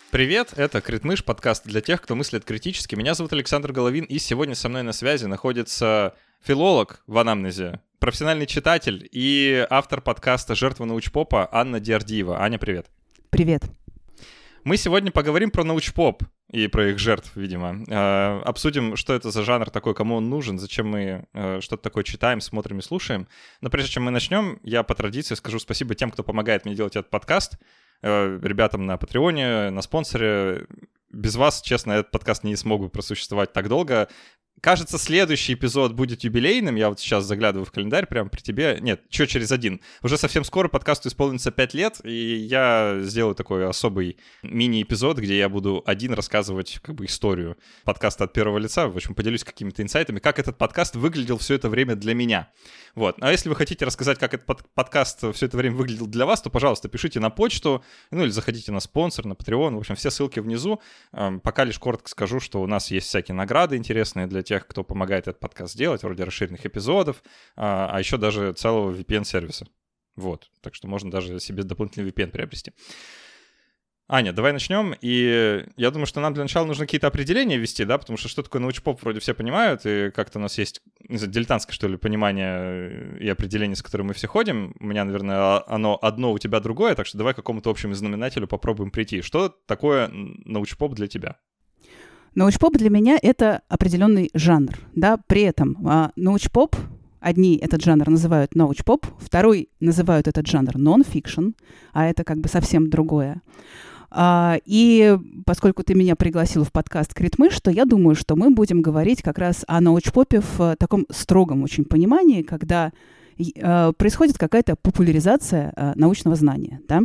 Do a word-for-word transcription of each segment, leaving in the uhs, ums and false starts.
Привет, это Критмыш, подкаст для тех, кто мыслит критически. Меня зовут Александр Головин, и сегодня со мной на связи находится филолог в анамнезе, профессиональный читатель и автор подкаста «Жертва научпопа» Анна Диардиева. Аня, привет. Привет. Мы сегодня поговорим про научпоп и про их жертв, видимо. Э, обсудим, что это за жанр такой, кому он нужен, зачем мы э, что-то такое читаем, смотрим и слушаем. Но прежде чем мы начнем, я по традиции скажу спасибо тем, кто помогает мне делать этот подкаст. Э, ребятам на Патреоне, на спонсоре. Без вас, честно, этот подкаст не смог бы просуществовать так долго. Кажется, следующий эпизод будет юбилейным. Я вот сейчас заглядываю в календарь прямо при тебе. Нет, что через один. Уже совсем скоро подкасту исполнится пять лет, и я сделаю такой особый мини-эпизод, где я буду один рассказывать как бы историю подкаста от первого лица. В общем, поделюсь какими-то инсайтами, как этот подкаст выглядел все это время для меня. Вот. А если вы хотите рассказать, как этот под- подкаст все это время выглядел для вас, то, пожалуйста, пишите на почту, ну или заходите на спонсор, на Patreon. В общем, все ссылки внизу. Эм, пока лишь коротко скажу, что у нас есть всякие награды интересные для тех, кто помогает этот подкаст делать, вроде расширенных эпизодов, а, а еще даже целого ви пи эн-сервиса. Вот. Так что можно даже себе дополнительный ви пи эн приобрести. Аня, давай начнем. И я думаю, что нам для начала нужно какие-то определения ввести, да, потому что что такое научпоп, вроде все понимают, и как-то у нас есть, не знаю, дилетантское, что ли, понимание и определение, с которым мы все ходим. У меня, наверное, оно одно, у тебя другое, так что давай к какому-то общему знаменателю попробуем прийти. Что такое научпоп для тебя? Научпоп для меня — это определенный жанр, да, при этом а, научпоп, одни этот жанр называют научпоп, второй называют этот жанр нон-фикшн, а это как бы совсем другое. А, и поскольку ты меня пригласил в подкаст «Критмыш», то я думаю, что мы будем говорить как раз о научпопе в таком строгом очень понимании, когда а, происходит какая-то популяризация а, научного знания, да.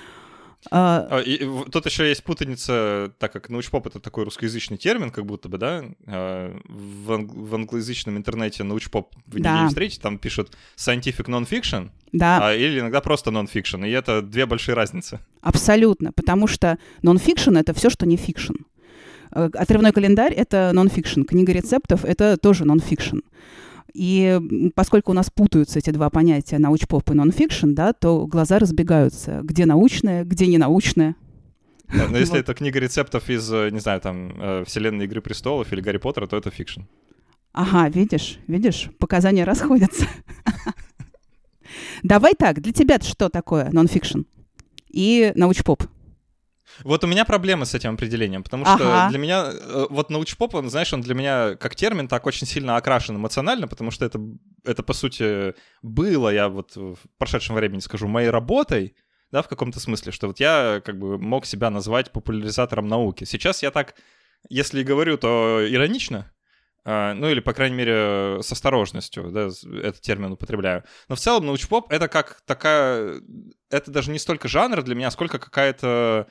А, и, и, тут еще есть путаница, так как научпоп — это такой русскоязычный термин, как будто бы, да? В, анг- в англоязычном интернете научпоп вы Да. не встретите, там пишут scientific non-fiction, Да. а, или иногда просто non-fiction, и это две большие разницы. Абсолютно, потому что нон-фикшн — это все, что не фикшн. Э, Отрывной календарь — это нон-фикшн, книга рецептов — это тоже нон-фикшн. И м, поскольку у нас путаются эти два понятия научпоп и нон-фикшн, да, то глаза разбегаются. Где научное, где не научное. Но но если Вот. это книга рецептов из, э, не знаю, там, э, вселенной Игры престолов или Гарри Поттера, то это фикшн. Ага, видишь, видишь, показания расходятся. Давай так, для тебя что такое нон-фикшн и научпоп? Вот у меня проблемы с этим определением, потому Ага. что для меня, э, вот научпоп, он, знаешь, он для меня как термин так очень сильно окрашен эмоционально, потому что это, это по сути, было, я вот в прошедшем времени скажу, моей работой, да, в каком-то смысле, что вот я как бы мог себя назвать популяризатором науки. Сейчас я так, если и говорю, то иронично, э, ну или, по крайней мере, с осторожностью, да, с- этот термин употребляю. Но в целом научпоп — это как такая, это даже не столько жанр для меня, сколько какая-то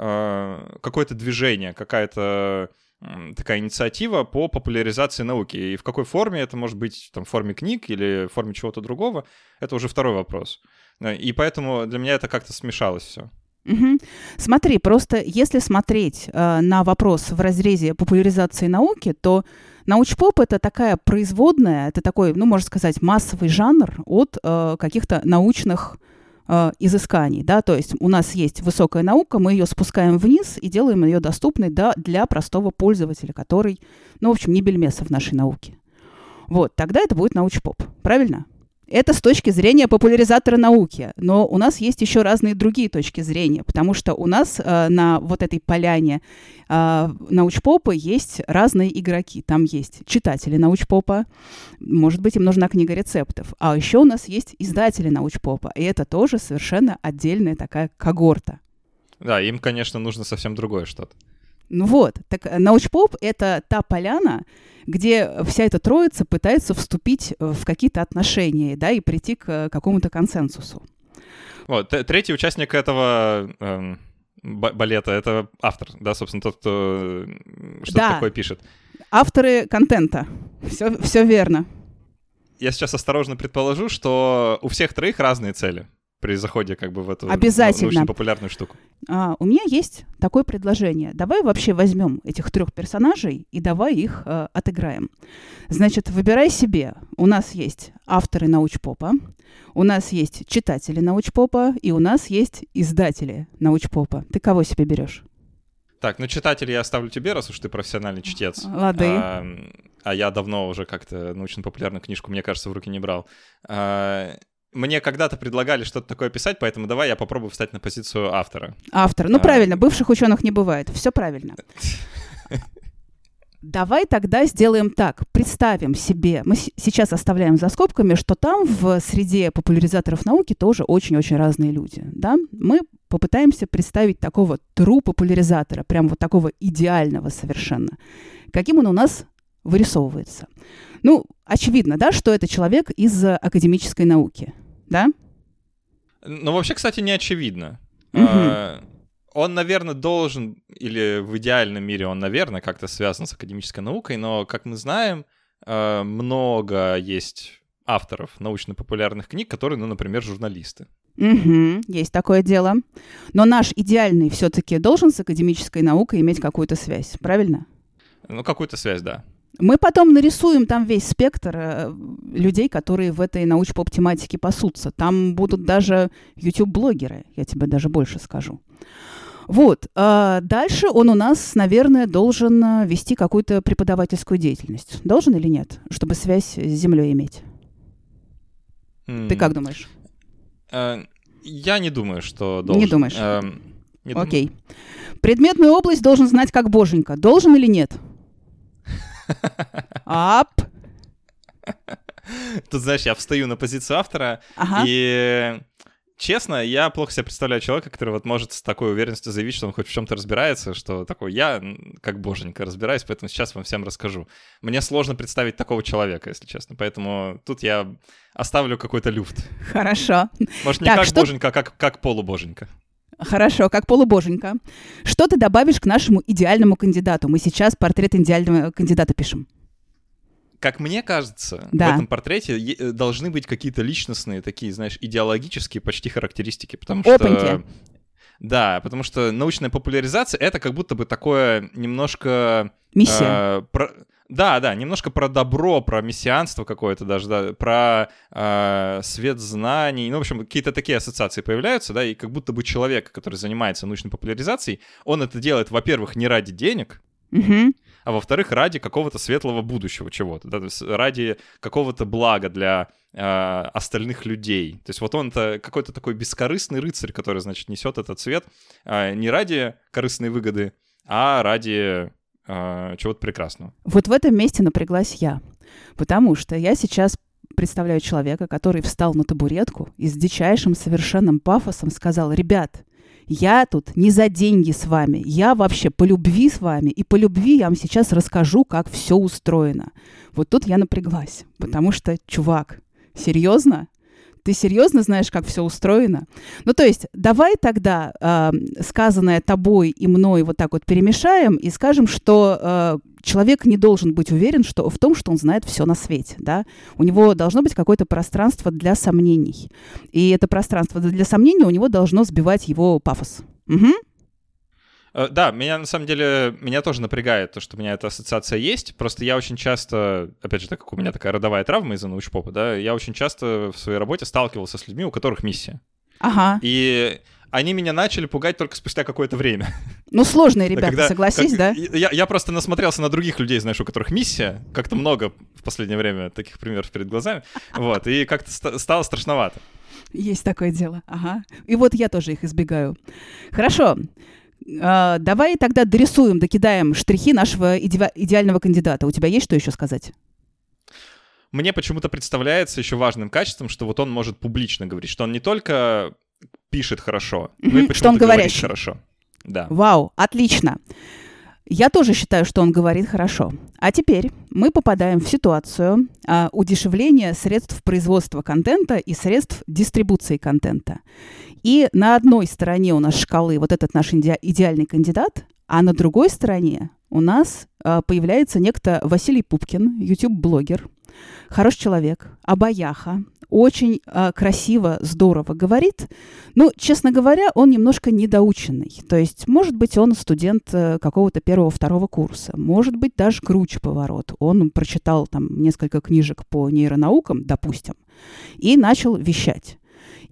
э, какое-то движение, какая-то м, такая инициатива по популяризации науки. И в какой форме это может быть, там, в форме книг или в форме чего-то другого, это уже второй вопрос. Э, И поэтому для меня это как-то смешалось все. Мгм. Смотри, просто если смотреть э, на вопрос в разрезе популяризации науки, то научпоп — это такая производная, это такой, ну, можно сказать, массовый жанр от э, каких-то научных э, изысканий, да, то есть у нас есть высокая наука, мы ее спускаем вниз и делаем ее доступной, да, для простого пользователя, который, ну, в общем, не бельмеса в нашей науке. Вот, тогда это будет научпоп, правильно? Это с точки зрения популяризатора науки. Но у нас есть еще разные другие точки зрения, потому что у нас э, на вот этой поляне э, научпопа есть разные игроки. Там есть читатели научпопа, может быть, им нужна книга рецептов. А еще у нас есть издатели научпопа, и это тоже совершенно отдельная такая когорта. Да, им, конечно, нужно совсем другое что-то. Ну вот, так э, научпоп — это та поляна, где вся эта троица пытается вступить э, в какие-то отношения, да, и прийти к э, какому-то консенсусу. Вот, т- третий участник этого эм, ба- балета — это автор, да, собственно, тот, кто э, что-то Да. такое пишет. Авторы контента. Все, все верно. Я сейчас осторожно предположу, что у всех троих разные цели при заходе как бы в эту Обязательно. научно-популярную штуку. А, у меня есть такое предложение. Давай вообще возьмем этих трех персонажей и давай их э, отыграем. Значит, выбирай себе. У нас есть авторы научпопа, у нас есть читатели научпопа, и у нас есть издатели научпопа. Ты кого себе берешь? Так, ну читатель я оставлю тебе, раз уж ты профессиональный чтец. Лады. А, а я давно уже как-то научно-популярную книжку, мне кажется, в руки не брал. А, мне когда-то предлагали что-то такое писать, поэтому давай я попробую встать на позицию автора. Автор. Ну, а... правильно, бывших ученых не бывает. Все правильно. Давай тогда сделаем так. Представим себе, мы с- сейчас оставляем за скобками, что там в среде популяризаторов науки тоже очень-очень разные люди. Да? Мы попытаемся представить такого true популяризатора, прям вот такого идеального совершенно. Каким он у нас вырисовывается? Ну, очевидно, да, что это человек из академической науки, да? Ну, вообще, кстати, не очевидно. Мгм. А, Он, наверное, должен, или в идеальном мире он, наверное, как-то связан с академической наукой, но, как мы знаем, э, много есть авторов научно-популярных книг, которые, ну, например, журналисты. Мгм, есть такое дело. Но наш идеальный все-таки должен с академической наукой иметь какую-то связь, правильно? Ну, какую-то связь, да. Мы потом нарисуем там весь спектр э, людей, которые в этой науч-поп-тематике пасутся. Там будут даже YouTube-блогеры, я тебе даже больше скажу. Вот. а дальше он у нас, наверное, должен э, вести какую-то преподавательскую деятельность. Должен или нет? Чтобы связь с землей иметь. Ты как думаешь? Э, Я не думаю, что должен. Не думаешь? Эм, не думаю. Окей. Предметную область должен знать как боженька. Должен или нет? Ап. Тут, знаешь, я встаю на позицию автора, Ага. и, честно, я плохо себе представляю человека, который вот может с такой уверенностью заявить, что он хоть в чем-то разбирается, что такой, я м, как боженька разбираюсь, поэтому сейчас вам всем расскажу. Мне сложно представить такого человека, если честно, поэтому тут я оставлю какой-то люфт. Хорошо. Может, не Так, как что- боженька, а как, как полубоженька. Хорошо, как полубоженька. Что ты добавишь к нашему идеальному кандидату? Мы сейчас портрет идеального кандидата пишем. Как мне кажется, Да. в этом портрете е- э, должны быть какие-то личностные, такие, знаешь, идеологические почти характеристики, потому что... Опаньки. Да, потому что научная популяризация — это как будто бы такое немножко... Миссия. э, про- Да, да, немножко про добро, про мессианство какое-то даже, да, про э, свет знаний. Ну, в общем, какие-то такие ассоциации появляются, да, и как будто бы человек, который занимается научной популяризацией, он это делает, во-первых, не ради денег, Мгм. а во-вторых, ради какого-то светлого будущего чего-то, да, то есть ради какого-то блага для э, остальных людей. То есть вот он-то какой-то такой бескорыстный рыцарь, который, значит, несет этот свет э, не ради корыстной выгоды, а ради э, чего-то прекрасного. Вот в этом месте напряглась я. Потому что я сейчас представляю человека, который встал на табуретку и с дичайшим совершенным пафосом сказал: «Ребят, я тут не за деньги с вами, я вообще по любви с вами, и по любви я вам сейчас расскажу, как все устроено». Вот тут я напряглась, потому что, чувак, серьезно? Ты серьезно знаешь, как все устроено? Ну, то есть, давай тогда э, сказанное тобой и мной вот так вот перемешаем и скажем, что э, человек не должен быть уверен что, в том, что он знает все на свете, да? У него должно быть какое-то пространство для сомнений. И это пространство для сомнений у него должно сбивать его пафос. Мгм. Э, Да, меня на самом деле, меня тоже напрягает то, что у меня эта ассоциация есть. Просто я очень часто, опять же, так как у меня такая родовая травма из-за научпопа, да, я очень часто в своей работе сталкивался с людьми, у которых миссия. Ага. И они меня начали пугать только спустя какое-то время. Ну, сложные Да, ребята, когда- согласись, как- да? Я, я просто насмотрелся на других людей, знаешь, у которых миссия. Как-то много в последнее время таких примеров перед глазами. Вот, и как-то ста- стало страшновато. Есть такое дело. Ага. И вот я тоже их избегаю. Хорошо. А, давай тогда дорисуем, докидаем штрихи нашего иде- идеального кандидата. У тебя есть что еще сказать? Мне почему-то представляется еще важным качеством, что вот он может публично говорить, что он не только пишет хорошо, но и Мгм, почему-то что он говорит говорящий. хорошо. Да. Вау, отлично. Я тоже считаю, что он говорит хорошо. А теперь мы попадаем в ситуацию а, удешевления средств производства контента и средств дистрибуции контента. И на одной стороне у нас шкалы вот этот наш иде- идеальный кандидат, а на другой стороне у нас а, появляется некто Василий Пупкин, YouTube-блогер, хороший человек, обаяха, очень а, красиво, здорово говорит. Ну, честно говоря, он немножко недоученный. То есть, может быть, он студент э, какого-то первого-второго курса. Может быть, даже круче поворот. Он прочитал там несколько книжек по нейронаукам, допустим, и начал вещать.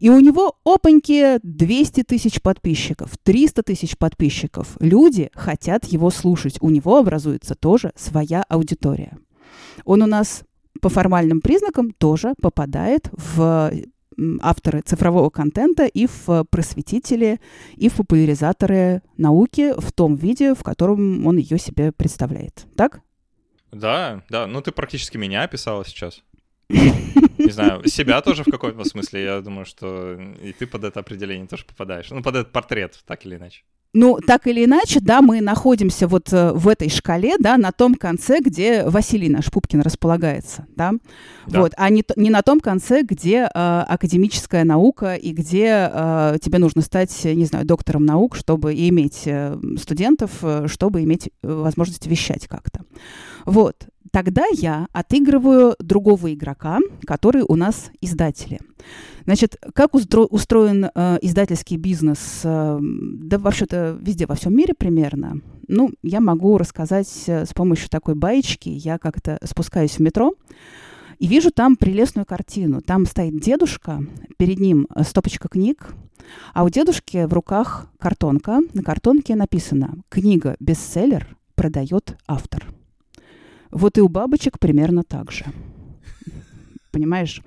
И у него, опаньки, двести тысяч подписчиков, триста тысяч подписчиков. Люди хотят его слушать. У него образуется тоже своя аудитория. Он у нас по формальным признакам тоже попадает в авторы цифрового контента и в просветители, и в популяризаторы науки в том виде, в котором он ее себе представляет. Так? Да, да. Ну, ты практически меня описала сейчас. Не знаю, себя тоже в каком-то смысле. Я думаю, что и ты под это определение тоже попадаешь. Ну, под этот портрет, так или иначе. Ну, так или иначе, да, мы находимся вот э, в этой шкале, да, на том конце, где Василий наш Пупкин располагается, да, да. Вот, а не, не на том конце, где э, академическая наука и где э, тебе нужно стать, не знаю, доктором наук, чтобы иметь э, студентов, э, чтобы иметь э, возможность вещать как-то. Вот, тогда я отыгрываю другого игрока, который у нас издатели. Значит, как устро- устроен э, издательский бизнес? Э, да, вообще-то везде, во всем мире примерно. Ну, я могу рассказать э, с помощью такой баечки. Я как-то спускаюсь в метро и вижу там прелестную картину. Там стоит дедушка, перед ним стопочка книг, а у дедушки в руках картонка. На картонке написано «Книга бестселлер продает автор». Вот и у бабочек примерно так же. Понимаешь?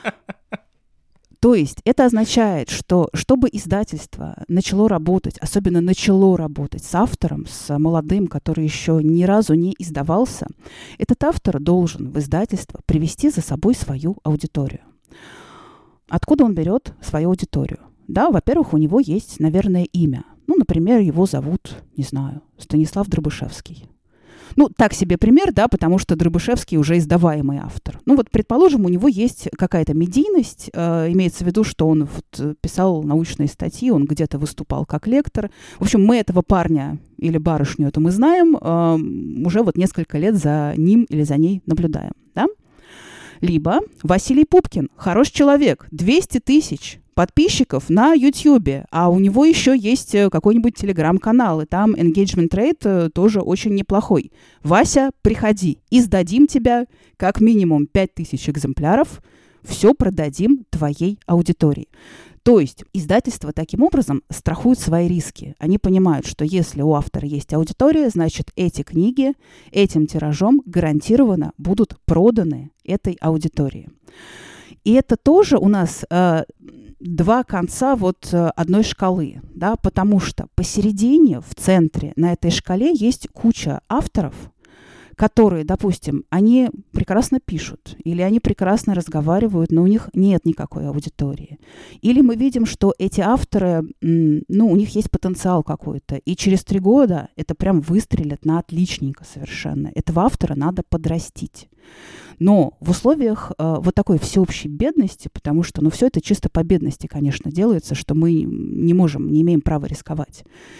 То есть это означает, что чтобы издательство начало работать, особенно начало работать с автором, с молодым, который еще ни разу не издавался, этот автор должен в издательство привести за собой свою аудиторию. Откуда он берет свою аудиторию? Да, во-первых, у него есть, наверное, имя. Ну, например, его зовут, не знаю, Станислав Дробышевский. Ну, так себе пример, да, потому что Дробышевский уже издаваемый автор. Ну, вот, предположим, у него есть какая-то медийность, э, имеется в виду, что он вот, писал научные статьи, он где-то выступал как лектор. В общем, мы этого парня или барышню, это мы знаем, э, уже вот несколько лет за ним или за ней наблюдаем, да. Либо Василий Пупкин, хороший человек, двести тысяч подписчиков на Ютьюбе, а у него еще есть какой-нибудь телеграм-канал, и там engagement rate тоже очень неплохой. Вася, приходи, издадим тебя как минимум пять тысяч экземпляров, все продадим твоей аудитории. То есть издательства таким образом страхуют свои риски. Они понимают, что если у автора есть аудитория, значит, эти книги этим тиражом гарантированно будут проданы этой аудитории. И это тоже у нас э, два конца вот э, одной шкалы, да, потому что посередине, в центре, на этой шкале есть куча авторов, которые, допустим, они прекрасно пишут, или они прекрасно разговаривают, но у них нет никакой аудитории. Или мы видим, что эти авторы, ну, у них есть потенциал какой-то, и через три года это прям выстрелят на отличненько совершенно. Этого автора надо подрастить. Но в условиях э, вот такой всеобщей бедности, потому что, ну, все это чисто по бедности, конечно, делается, что мы не можем, не имеем права рисковать.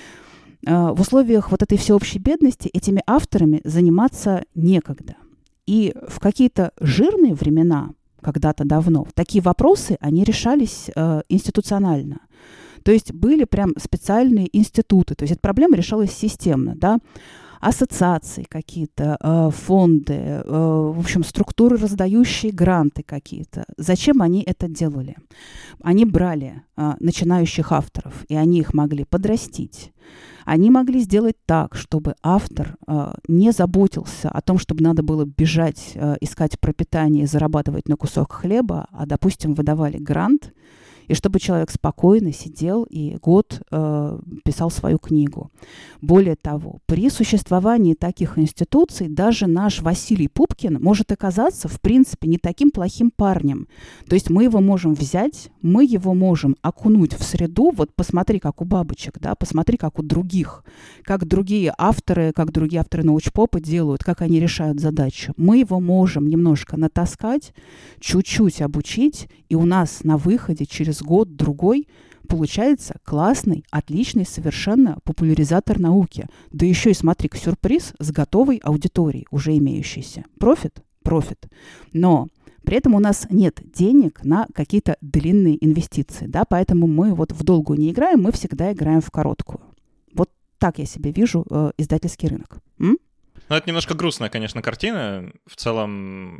В условиях вот этой всеобщей бедности этими авторами заниматься некогда. И в какие-то жирные времена, когда-то давно, такие вопросы, они решались э, институционально. То есть были прям специальные институты. То есть эта проблема решалась системно, да. Ассоциации какие-то, э, фонды, э, в общем, структуры, раздающие гранты какие-то. Зачем они это делали? Они брали э, начинающих авторов, и они их могли подрастить. Они могли сделать так, чтобы автор э, не заботился о том, чтобы надо было бежать, э, искать пропитание и зарабатывать на кусок хлеба, а, допустим, выдавали грант, и чтобы человек спокойно сидел и год э, писал свою книгу. Более того, при существовании таких институций даже наш Василий Пупкин может оказаться, в принципе, не таким плохим парнем. То есть мы его можем взять, мы его можем окунуть в среду, вот посмотри, как у бабочек, да, посмотри, как у других, как другие авторы, как другие авторы научпопа делают, как они решают задачу. Мы его можем немножко натаскать, чуть-чуть обучить, и у нас на выходе через год-другой получается классный, отличный совершенно популяризатор науки. Да еще и, смотри-ка, сюрприз с готовой аудиторией, уже имеющейся. Профит? Профит. Но при этом у нас нет денег на какие-то длинные инвестиции, да, поэтому мы вот в долгую не играем, мы всегда играем в короткую. Вот так я себе вижу э, издательский рынок. М? Ну, это немножко грустная, конечно, картина. В целом,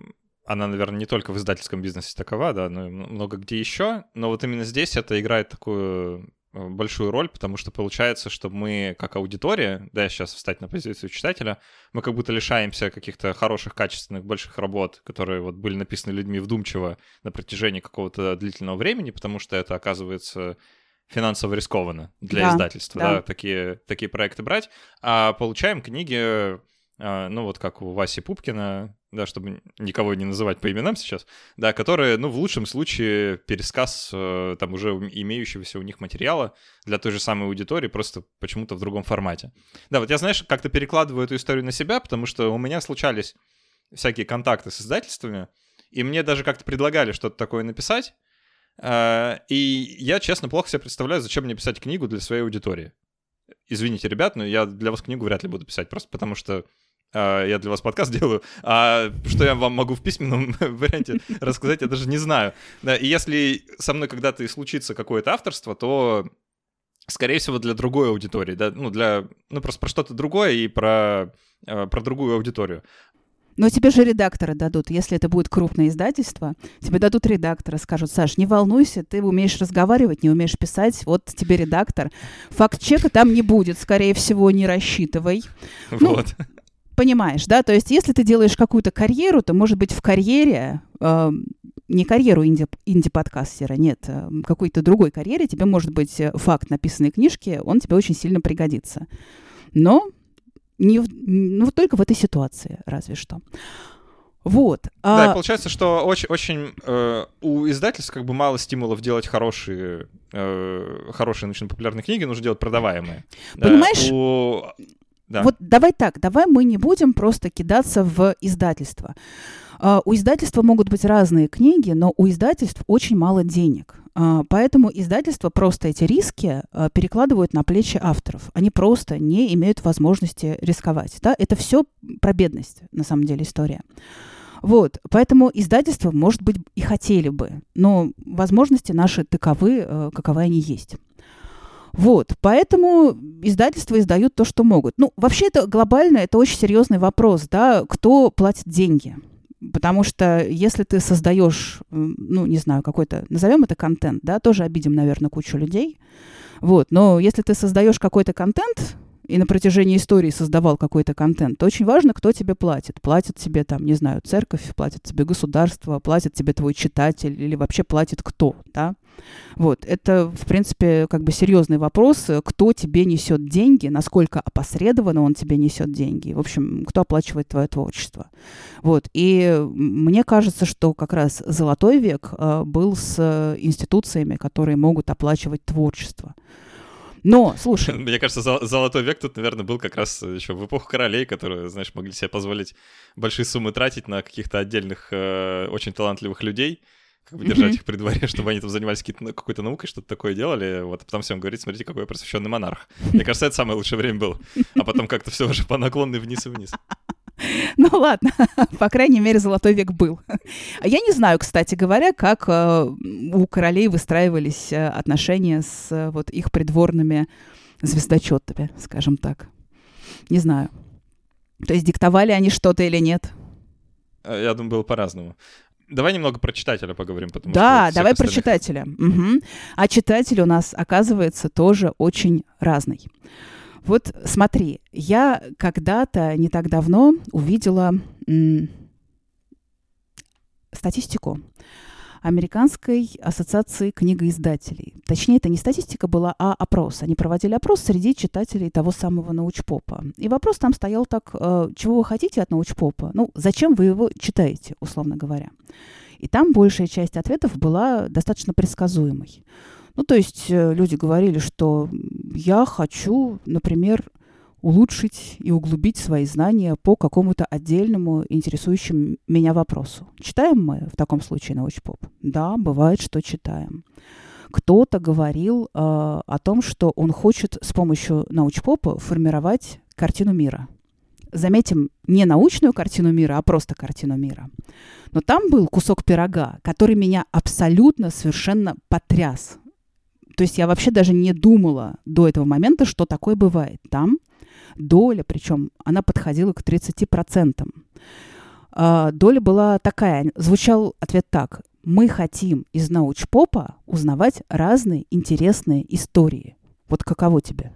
она, наверное, не только в издательском бизнесе такова, да, но и много где еще. Но вот именно здесь это играет такую большую роль, потому что получается, что мы, как аудитория, да, сейчас встать на позицию читателя, мы как будто лишаемся каких-то хороших, качественных, больших работ, которые вот были написаны людьми вдумчиво на протяжении какого-то длительного времени, потому что это оказывается финансово рискованно для да, издательства, да, да такие, такие проекты брать, а получаем книги, ну вот как у Васи Пупкина, да, чтобы никого не называть по именам сейчас, да, которые, ну, в лучшем случае пересказ там уже имеющегося у них материала для той же самой аудитории, просто почему-то в другом формате. Да, вот я, знаешь, как-то перекладываю эту историю на себя, потому что у меня случались всякие контакты с издательствами, и мне даже как-то предлагали что-то такое написать, и я, честно, плохо себе представляю, зачем мне писать книгу для своей аудитории. Извините, ребят, но я для вас книгу вряд ли буду писать, просто потому что я для вас подкаст делаю, а что я вам могу в письменном варианте рассказать, я даже не знаю. Да, и если со мной когда-то и случится какое-то авторство, то, скорее всего, для другой аудитории, да, ну, для, ну, просто про что-то другое и про, про другую аудиторию. Но тебе же редакторы дадут, если это будет крупное издательство, тебе дадут редактора, скажут: Саш, не волнуйся, ты умеешь разговаривать, не умеешь писать, вот тебе редактор. Факт-чека там не будет, скорее всего, не рассчитывай. Вот. Ну, понимаешь, да? То есть если ты делаешь какую-то карьеру, то, может быть, в карьере, э, не карьеру инди, инди-подкастера, нет, э, какой-то другой карьере тебе, может быть, факт написанной книжки, он тебе очень сильно пригодится. Но не в, ну, только в этой ситуации, разве что. Вот. Да, а... и получается, что очень, очень э, у издательств как бы мало стимулов делать хорошие, э, хорошие научно-популярные книги, нужно делать продаваемые. Понимаешь? Да, у... Да. Вот давай так, давай мы не будем просто кидаться в издательство. Uh, у издательства могут быть разные книги, но у издательств очень мало денег. Uh, поэтому издательства просто эти риски uh, перекладывают на плечи авторов. Они просто не имеют возможности рисковать. Да? Это все про бедность, на самом деле, история. Вот. Поэтому издательства, может быть, и хотели бы, но возможности наши таковы, uh, каковы они есть. Вот, поэтому издательства издают то, что могут. Ну, вообще, это глобально, это очень серьезный вопрос, да, кто платит деньги. Потому что если ты создаешь, ну, не знаю, какой-то, назовем это контент, да, тоже обидим, наверное, кучу людей. Вот, но если ты создаешь какой-то контент, и на протяжении истории создавал какой-то контент, то очень важно, кто тебе платит. Платит тебе, там, не знаю, церковь, платит тебе государство, платит тебе твой читатель или вообще платит кто, да? Вот, это, в принципе, как бы серьезный вопрос, кто тебе несет деньги, насколько опосредованно он тебе несет деньги, в общем, кто оплачивает твое творчество. Вот, и мне кажется, что как раз золотой век э, был с институциями, которые могут оплачивать творчество. Но, слушай... Мне кажется, золотой век тут, наверное, был как раз еще в эпоху королей, которые, знаешь, могли себе позволить большие суммы тратить на каких-то отдельных э, очень талантливых людей, как бы держать mm-hmm. их при дворе, чтобы они там занимались какой-то наукой, что-то такое делали, вот, а потом всем говорить: смотрите, какой я просвещенный монарх. Мне кажется, это самое лучшее время было. А потом как-то все уже по наклонной вниз и вниз. Ну ладно, по крайней мере, золотой век был. Я не знаю, кстати говоря, как э, у королей выстраивались э, отношения с э, вот их придворными звездочетами, скажем так. Не знаю. То есть диктовали они что-то или нет? Я думаю, было по-разному. Давай немного про читателя поговорим, потому да, что... Да, давай остальных... про читателя. Угу. А читатель у нас, оказывается, тоже очень разный. Вот смотри, я когда-то, не так давно, увидела м- статистику Американской ассоциации книгоиздателей. Точнее, это не статистика была, а опрос. Они проводили опрос среди читателей того самого научпопа. И вопрос там стоял так: э, чего вы хотите от научпопа? Ну, зачем вы его читаете, условно говоря? И там большая часть ответов была достаточно предсказуемой. Ну, то есть люди говорили, что я хочу, например, улучшить и углубить свои знания по какому-то отдельному интересующему меня вопросу. Читаем мы в таком случае научпоп? Да, бывает, что читаем. Кто-то говорил э, о том, что он хочет с помощью научпопа формировать картину мира. Заметим, не научную картину мира, а просто картину мира. Но там был кусок пирога, который меня абсолютно совершенно потряс. То есть я вообще даже не думала до этого момента, что такое бывает. Там доля, причем она подходила к тридцати процентам. э, доля была такая, звучал ответ так. Мы хотим из научпопа узнавать разные интересные истории. Вот каково тебе?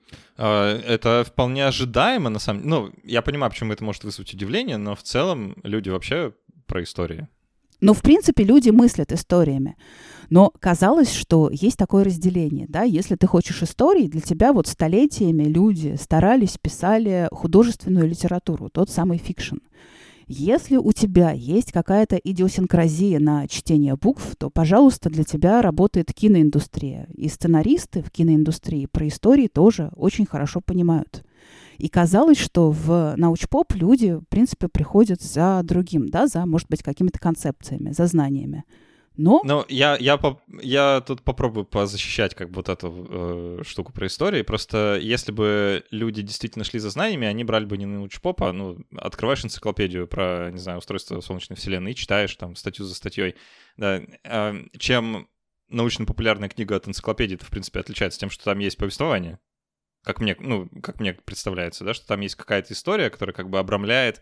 Это вполне ожидаемо, на самом деле. Ну, я понимаю, почему это может вызвать удивление, но в целом люди вообще про истории. Ну, в принципе, люди мыслят историями. Но казалось, что есть такое разделение, да, если ты хочешь истории, для тебя вот столетиями люди старались, писали художественную литературу, тот самый фикшн. Если у тебя есть какая-то идиосинкразия на чтение букв, то, пожалуйста, для тебя работает киноиндустрия. И сценаристы в киноиндустрии про истории тоже очень хорошо понимают. И казалось, что в научпоп люди, в принципе, приходят за другим, да, за, может быть, какими-то концепциями, за знаниями. Но... Ну, я, я, поп- я тут попробую позащищать как бы вот эту э, штуку про истории. Просто если бы люди действительно шли за знаниями, они брали бы не научпоп, а ну, открываешь энциклопедию про, не знаю, устройство Солнечной Вселенной и читаешь там статью за статьей. Да, э, чем научно-популярная книга от энциклопедии, это, в принципе, отличается тем, что там есть повествование. Как мне, ну, как мне представляется, да, что там есть какая-то история, которая как бы обрамляет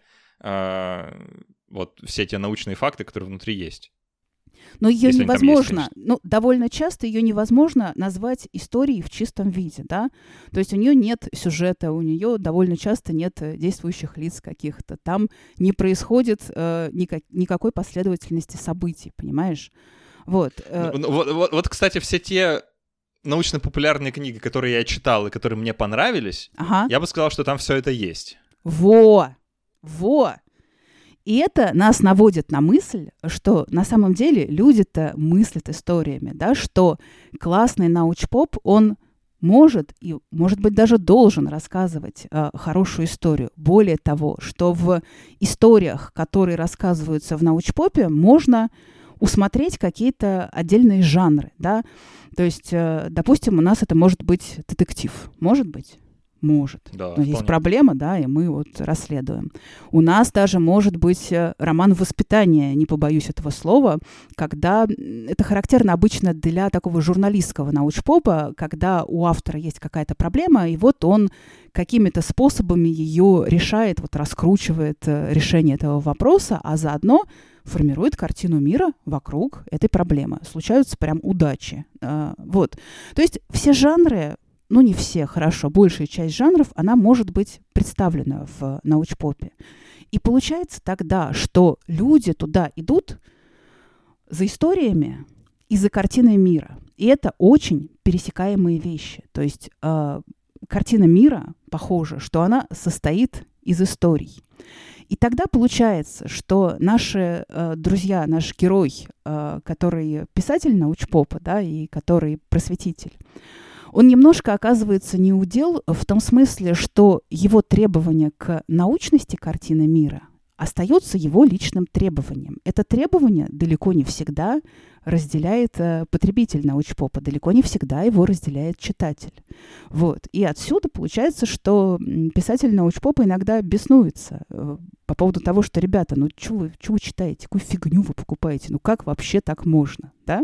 э, вот все те научные факты, которые внутри есть. Но ее Если невозможно, есть, ну, довольно часто ее невозможно назвать историей в чистом виде, да. То есть у нее нет сюжета, у нее довольно часто нет действующих лиц каких-то. Там не происходит э, никак, никакой последовательности событий, понимаешь? Вот. Э... Ну, вот, вот, вот, кстати, все те научно-популярные книги, которые я читал и которые мне понравились, ага. я бы сказал, что там все это есть. Во! Во! И это нас наводит на мысль, что на самом деле люди-то мыслят историями, да, что классный научпоп, он может и, может быть, даже должен рассказывать э, хорошую историю. Более того, что в историях, которые рассказываются в научпопе, можно усмотреть какие-то отдельные жанры, да. То есть, э, допустим, у нас это может быть детектив. Может быть? Может. Да, но есть проблема, да, и мы вот расследуем. У нас даже может быть роман воспитания, не побоюсь этого слова, когда это характерно обычно для такого журналистского научпопа, когда у автора есть какая-то проблема, и вот он какими-то способами ее решает, вот раскручивает решение этого вопроса, а заодно формирует картину мира вокруг этой проблемы. Случаются прям удачи. Вот. То есть все жанры, ну, не все, хорошо, большая часть жанров, она может быть представлена в научпопе. И получается тогда, что люди туда идут за историями и за картиной мира. И это очень пересекаемые вещи. То есть э, картина мира, похоже, что она состоит из историй. И тогда получается, что наши э, друзья, наш герой, э, который писатель научпопа, да, и который просветитель, он немножко оказывается неудел в том смысле, что его требование к научности картины мира остается его личным требованием. Это требование далеко не всегда разделяет э, потребитель научпопа, далеко не всегда его разделяет читатель. Вот. И отсюда получается, что писатель научпопа иногда беснуется э, по поводу того, что, ребята, ну что вы, вы читаете, какую фигню вы покупаете, ну как вообще так можно, да?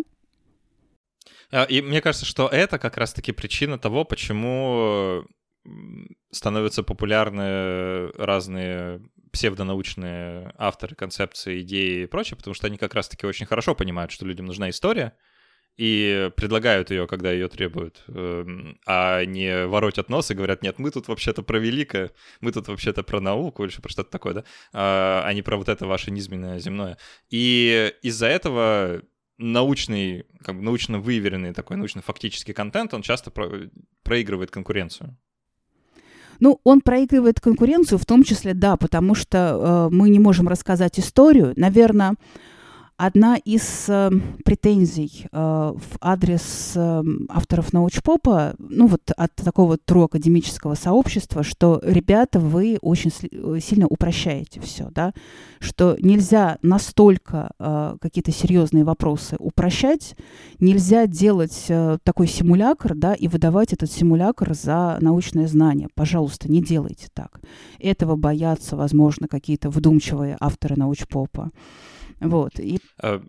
И мне кажется, что это как раз-таки причина того, почему становятся популярны разные псевдонаучные авторы, концепции, идеи и прочее, потому что они как раз-таки очень хорошо понимают, что людям нужна история, и предлагают ее, когда ее требуют, а не воротят нос и говорят, нет, мы тут вообще-то про великое, мы тут вообще-то про науку или про что-то такое, да, а не про вот это ваше низменное земное. И из-за этого научный, как бы научно выверенный такой научно-фактический контент, он часто про- проигрывает конкуренцию. Ну, он проигрывает конкуренцию в том числе, да, потому что э, мы не можем рассказать историю. Наверное, одна из э, претензий э, в адрес э, авторов научпопа, ну вот от такого тру академического сообщества, что, ребята, вы очень сли- сильно упрощаете все, да, что нельзя настолько э, какие-то серьезные вопросы упрощать, нельзя делать э, такой симулякр, да, и выдавать этот симулякр за научное знание. Пожалуйста, не делайте так. Этого боятся, возможно, какие-то вдумчивые авторы научпопа. Вот. И...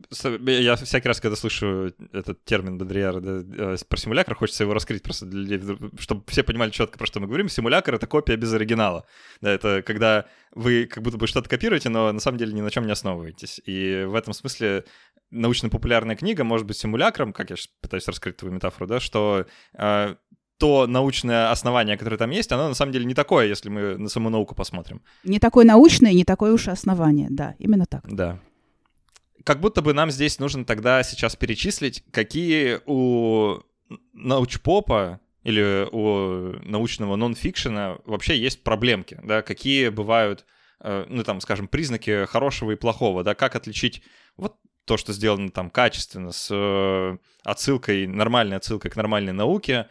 Я всякий раз, когда слышу этот термин Бодрияра, да, про симулякр, хочется его раскрыть просто для людей, чтобы все понимали четко, про что мы говорим. Симулякр — это копия без оригинала. Да, это когда вы как будто бы что-то копируете, но на самом деле ни на чем не основываетесь. И в этом смысле научно-популярная книга может быть симулякром, как я сейчас пытаюсь раскрыть твою метафору, да, что э, то научное основание, которое там есть, оно на самом деле не такое, если мы на саму науку посмотрим. Не такое научное, не такое уж и основание, да, именно так. Да. Как будто бы нам здесь нужно тогда сейчас перечислить, какие у научпопа или у научного нон-фикшена вообще есть проблемки, да, какие бывают, ну, там, скажем, признаки хорошего и плохого, да, как отличить вот то, что сделано там качественно, с отсылкой, нормальной отсылкой к нормальной науке,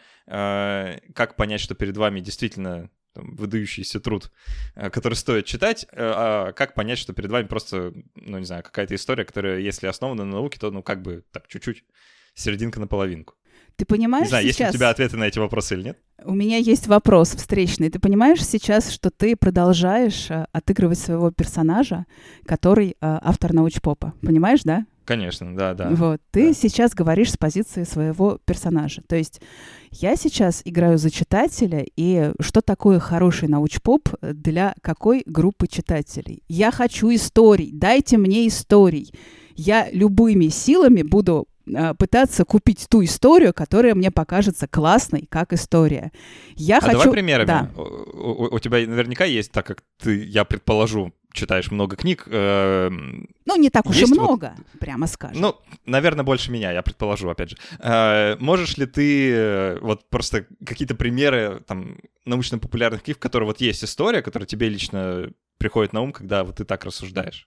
как понять, что перед вами действительно там, выдающийся труд, который стоит читать, а как понять, что перед вами просто, ну, не знаю, какая-то история, которая, если основана на науке, то, ну, как бы так чуть-чуть, серединка на половинку. Ты понимаешь, не знаю, сейчас... есть ли у тебя ответы на эти вопросы или нет? У меня есть вопрос встречный. Ты понимаешь сейчас, что ты продолжаешь а, отыгрывать своего персонажа, который а, автор научпопа? Понимаешь, да? Конечно, да, да. Вот. Ты да. сейчас говоришь с позиции своего персонажа. То есть я сейчас играю за читателя, и что такое хороший научпоп для какой группы читателей? Я хочу историй. Дайте мне историй. Я любыми силами буду пытаться купить ту историю, которая мне покажется классной, как история. Я а хочу... давай примерами. Да. У, у, у тебя наверняка есть, так как ты, я предположу, читаешь много книг. Э, ну, не так уж и много, вот, прямо скажем. Ну, наверное, больше меня, я предположу, опять же. Э, можешь ли ты э, вот просто какие-то примеры там научно-популярных книг, в которых вот есть история, которая тебе лично приходит на ум, когда вот ты так рассуждаешь?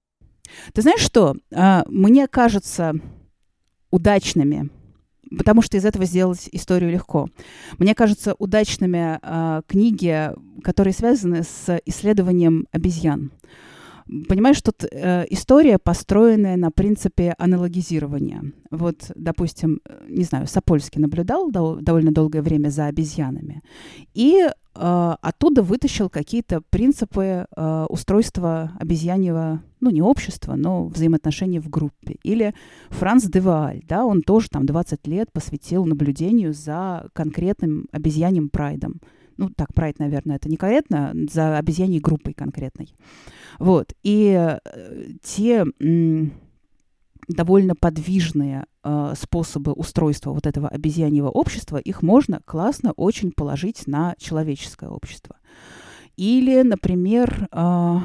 Ты знаешь что? А, мне кажется... удачными, потому что из этого сделать историю легко. Мне кажется, удачными э, книги, которые связаны с исследованием обезьян. Понимаешь, тут э, история, построенная на принципе аналогизирования. Вот, допустим, не знаю, Сапольский наблюдал дов- довольно долгое время за обезьянами, и э, оттуда вытащил какие-то принципы э, устройства обезьяньего, ну, не общества, но взаимоотношений в группе. Или Франц де Вааль, да, он тоже там двадцать лет посвятил наблюдению за конкретным обезьяньим прайдом. Ну, так, прайд, наверное, это некорректно, за обезьяньей группой конкретной. Вот. И э, те м, довольно подвижные э, способы устройства вот этого обезьяньего общества, их можно классно очень положить на человеческое общество. Или, например, э,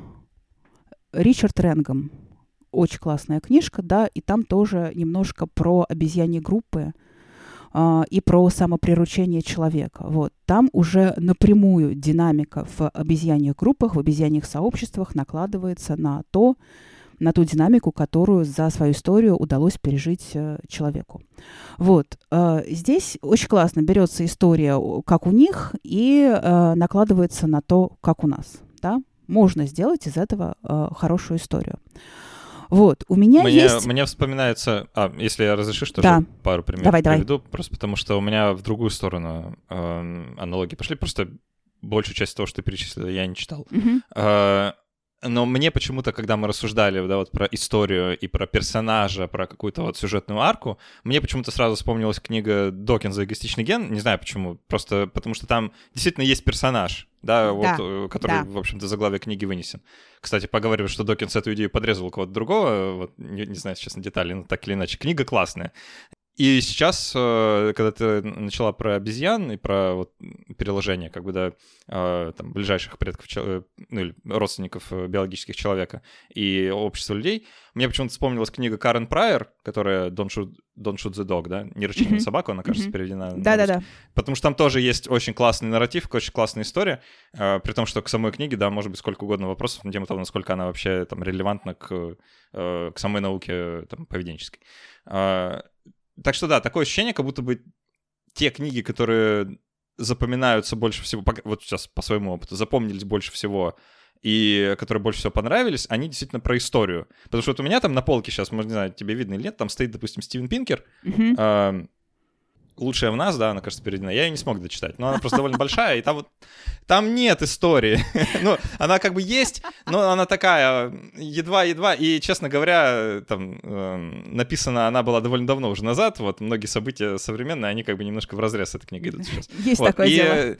Ричард Ренгам. Очень классная книжка, да, и там тоже немножко про обезьяньи группы, и про самоприручение человека. Вот. Там уже напрямую динамика в обезьяньих группах, в обезьяньих сообществах накладывается на то, на ту динамику, которую за свою историю удалось пережить э, человеку. Вот. Э, здесь очень классно берется история, как у них, и э, накладывается на то, как у нас. Да? Можно сделать из этого э, хорошую историю. Вот, у меня мне, есть... Мне вспоминается... А, если я разрешишь, тоже да. пару примеров давай, приведу. Давай. Просто потому что у меня в другую сторону э, аналогии пошли. Просто большую часть того, что ты перечислил, я не читал. Uh-huh. Э, но мне почему-то, когда мы рассуждали да, вот про историю и про персонажа, про какую-то вот сюжетную арку, мне почему-то сразу вспомнилась книга Докинза «Эгоистичный ген». Не знаю почему. Просто потому что там действительно есть персонаж, да, вот, да, который, да. в общем-то, заглавие книги вынесен. Кстати, поговариваю, что Докинс эту идею подрезал у кого-то другого, вот, не, не знаю, честно, детали, но так или иначе. Книга классная. И сейчас, когда ты начала про обезьян и про вот переложение, как бы, да, там, ближайших предков, ну, или родственников биологических человека и общества людей, мне почему-то вспомнилась книга Карен Прайер, которая «Don't shoot, don't shoot the dog», да, «Не рычите на собаку», она, кажется, mm-hmm. переведена. Да-да-да. Потому что там тоже есть очень классный нарратив, очень классная история, при том, что к самой книге, да, может быть сколько угодно вопросов на тему того, насколько она вообще там релевантна к, к самой науке там, поведенческой. Так что да, такое ощущение, как будто бы те книги, которые запоминаются больше всего, вот сейчас по своему опыту, запомнились больше всего и которые больше всего понравились, они действительно про историю. Потому что вот у меня там на полке сейчас, может, не знаю, тебе видно или нет, там стоит, допустим, Стивен Пинкер, mm-hmm. э, «Лучшая в нас», да, она, кажется, переведена. Я ее не смог дочитать, но она просто довольно большая, и там вот там нет истории. Ну, она как бы есть, но она такая едва-едва, и, честно говоря, там написана она была довольно давно уже назад, вот многие события современные, они как бы немножко вразрез с этой книгой идут сейчас. Есть такое дело.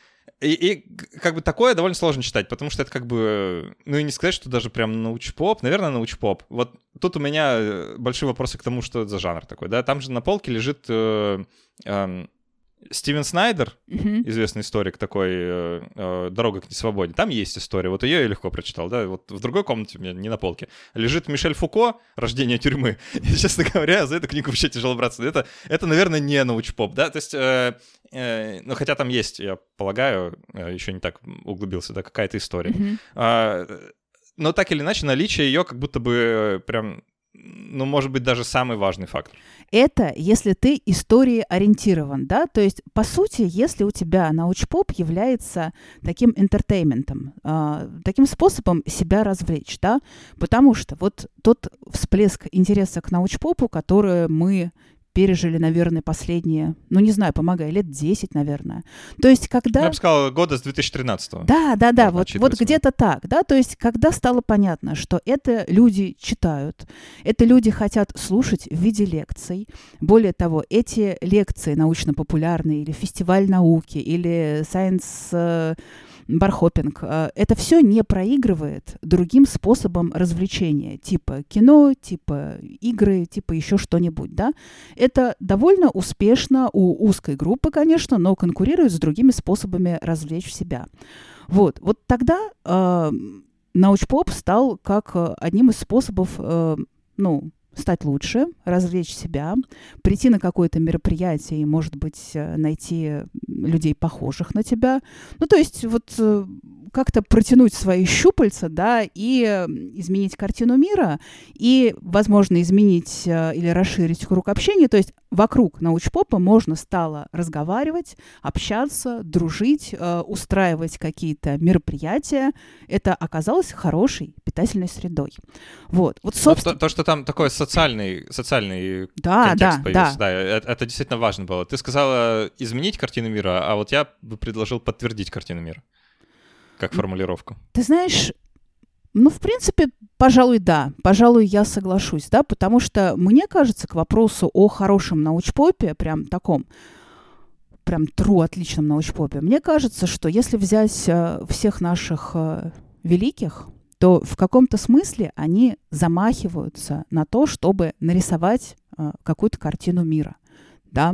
И, и как бы такое довольно сложно читать, потому что это как бы, ну и не сказать, что даже прям научпоп, наверное, научпоп. Вот тут у меня большие вопросы к тому, что это за жанр такой, да. Там же на полке лежит э, э, Стивен Снайдер, mm-hmm. известный историк такой, э, э, «Дорога к несвободе». Там есть история, вот ее я легко прочитал, да. Вот в другой комнате у меня, не на полке, лежит Мишель Фуко «Рождение тюрьмы». И, честно говоря, за эту книгу вообще тяжело браться. Это, это наверное, не научпоп, да. То есть... Э, Ну, хотя там есть, я полагаю, еще не так углубился, да, какая-то история. Mm-hmm. А, но так или иначе, наличие ее как будто бы прям, ну, может быть, даже самый важный фактор. Это если ты историоориентирован, да, то есть, по сути, если у тебя научпоп является таким интертейментом, э, таким способом себя развлечь, да, потому что вот тот всплеск интереса к научпопу, который мы пережили, наверное, последние, ну, не знаю, помогай, лет десять, наверное. То есть, когда... Я бы сказал, года с две тысячи тринадцатого. Да, да, да, вот, вот где-то так, да, то есть, когда стало понятно, что это люди читают, это люди хотят слушать в виде лекций. Более того, эти лекции научно-популярные или фестиваль науки, или science... бархопинг, это все не проигрывает другим способам развлечения, типа кино, типа игры, типа еще что-нибудь, да. Это довольно успешно у узкой группы, конечно, но конкурирует с другими способами развлечь себя. Вот, вот тогда э, научпоп стал как одним из способов, э, ну, стать лучше, развлечь себя, прийти на какое-то мероприятие и, может быть, найти людей, похожих на тебя. Ну, то есть вот как-то протянуть свои щупальца, да, и изменить картину мира, и, возможно, изменить или расширить круг общения. То есть вокруг научпопа можно стало разговаривать, общаться, дружить, устраивать какие-то мероприятия. Это оказалось хорошей питательной средой. Вот. Вот, собственно... то, то, что там такой социальный, социальный да, контекст да, появился, да. да, это, это действительно важно было. Ты сказала изменить картину мира, а вот я бы предложил подтвердить картину мира, как формулировку. Ты знаешь, ну, в принципе, пожалуй, да. Пожалуй, я соглашусь, да, потому что мне кажется, к вопросу о хорошем научпопе, прям таком, прям true, отличном научпопе, мне кажется, что если взять э, всех наших э, великих, то в каком-то смысле они замахиваются на то, чтобы нарисовать э, какую-то картину мира, да.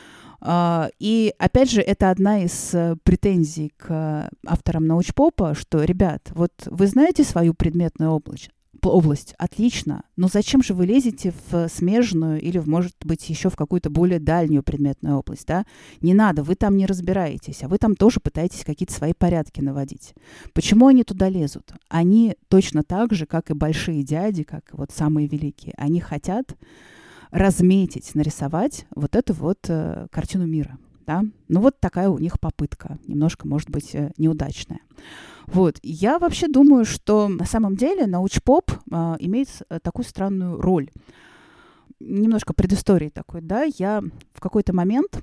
Uh, и, опять же, это одна из uh, претензий к uh, авторам научпопа, что, ребят, вот вы знаете свою предметную область, область, отлично, но зачем же вы лезете в смежную или, может быть, еще в какую-то более дальнюю предметную область, да? Не надо, вы там не разбираетесь, а вы там тоже пытаетесь какие-то свои порядки наводить. Почему они туда лезут? Они точно так же, как и большие дяди, как вот самые великие, они хотят разметить, нарисовать вот эту вот э, картину мира, да. Ну вот такая у них попытка, немножко, может быть, э, неудачная. Вот, я вообще думаю, что на самом деле научпоп э, имеет такую странную роль. Немножко предыстории такой, да. Я в какой-то момент,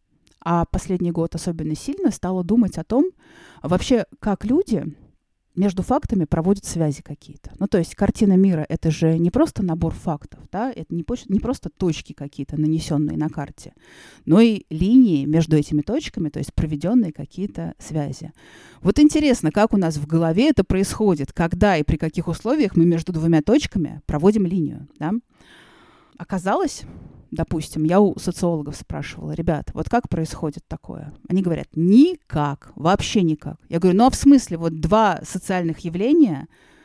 а последний год особенно сильно, стала думать о том, вообще, как люди между фактами проводят связи какие-то. Ну, то есть картина мира — это же не просто набор фактов, да, это не, поч- не просто точки какие-то, нанесенные на карте, но и линии между этими точками, то есть проведенные какие-то связи. Вот интересно, как у нас в голове это происходит, когда и при каких условиях мы между двумя точками проводим линию, да. Оказалось, допустим, я у социологов спрашивала: ребят, вот как происходит такое? Они говорят: никак, вообще никак. Я говорю: ну а в смысле, вот два социальных явления,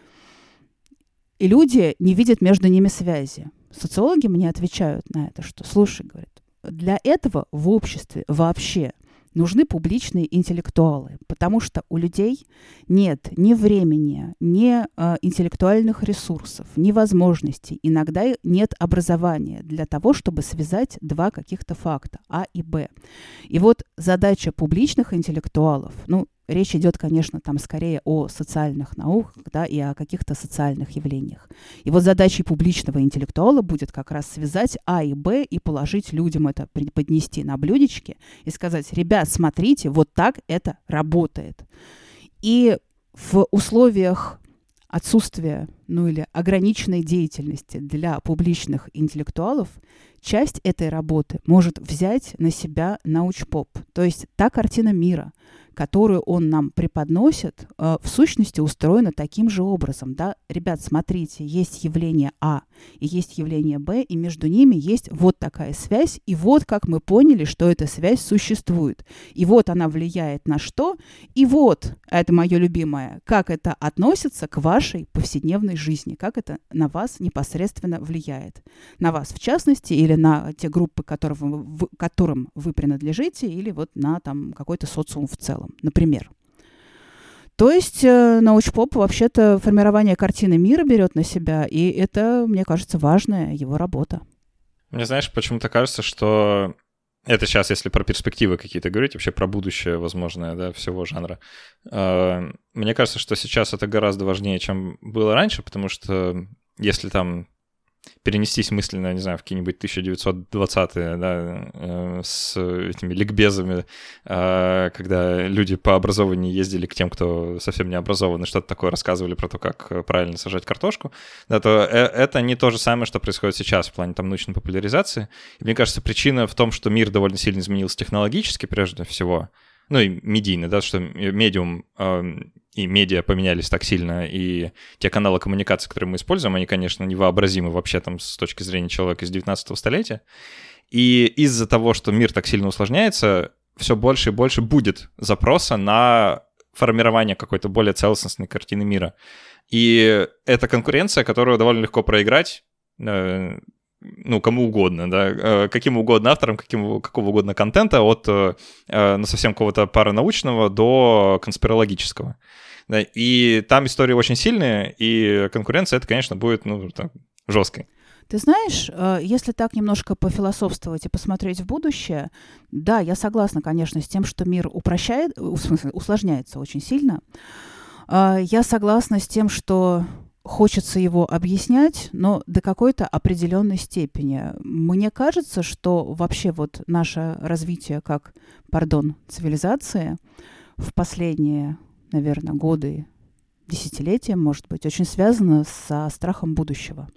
и люди не видят между ними связи. Социологи мне отвечают на это, что, слушай, говорят, для этого в обществе вообще нужны публичные интеллектуалы, потому что у людей нет ни времени, ни э, интеллектуальных ресурсов, ни возможностей, иногда нет образования для того, чтобы связать два каких-то факта, А и Б. И вот задача публичных интеллектуалов, ну, речь идет, конечно, там скорее о социальных науках, да, и о каких-то социальных явлениях. И вот задачей публичного интеллектуала будет как раз связать А и Б и положить людям это, поднести на блюдечке и сказать: ребят, смотрите, вот так это работает. И в условиях отсутствия, ну или ограниченной деятельности для публичных интеллектуалов часть этой работы может взять на себя научпоп. То есть та картина мира, которую он нам преподносит, э, в сущности устроена таким же образом. Да? Ребят, смотрите, есть явление А и есть явление Б, и между ними есть вот такая связь, и вот как мы поняли, что эта связь существует. И вот она влияет на что, и вот, это мое любимое, как это относится к вашей повседневной жизни, как это на вас непосредственно влияет. На вас в частности, или на те группы, которым вы, которым вы принадлежите, или вот на там, какой-то социум в целом, например. То есть э, научпоп вообще-то формирование картины мира берет на себя, и это, мне кажется, важная его работа. Мне, знаешь, почему-то кажется, что это сейчас, если про перспективы какие-то говорить, вообще про будущее возможное, да, всего жанра. Э, мне кажется, что сейчас это гораздо важнее, чем было раньше, потому что если там перенестись мысленно, не знаю, в какие-нибудь тысяча девятьсот двадцатые, да, э, с этими ликбезами, э, когда люди по образованию ездили к тем, кто совсем не образован, и что-то такое рассказывали про то, как правильно сажать картошку, да, то э- это не то же самое, что происходит сейчас в плане там научной популяризации. И мне кажется, причина в том, что мир довольно сильно изменился технологически, прежде всего, ну и медийно, да, что медиум э, и медиа поменялись так сильно, и те каналы коммуникации, которые мы используем, они, конечно, невообразимы вообще там с точки зрения человека из девятнадцатого столетия. И из-за того, что мир так сильно усложняется, все больше и больше будет запроса на формирование какой-то более целостной картины мира. И это конкуренция, которую довольно легко проиграть, э, ну, кому угодно, да, каким угодно авторам, каким, какого угодно контента, от, ну, совсем какого-то паранаучного до конспирологического. Да, и там истории очень сильные, и конкуренция, это, конечно, будет, ну, так, жесткой. Ты знаешь, если так немножко пофилософствовать и посмотреть в будущее, да, я согласна, конечно, с тем, что мир упрощает, в смысле, усложняется очень сильно. Я согласна с тем, что хочется его объяснять, но до какой-то определенной степени. Мне кажется, что вообще вот наше развитие как, пардон, цивилизации в последние, наверное, годы, десятилетия, может быть, очень связано со страхом будущего.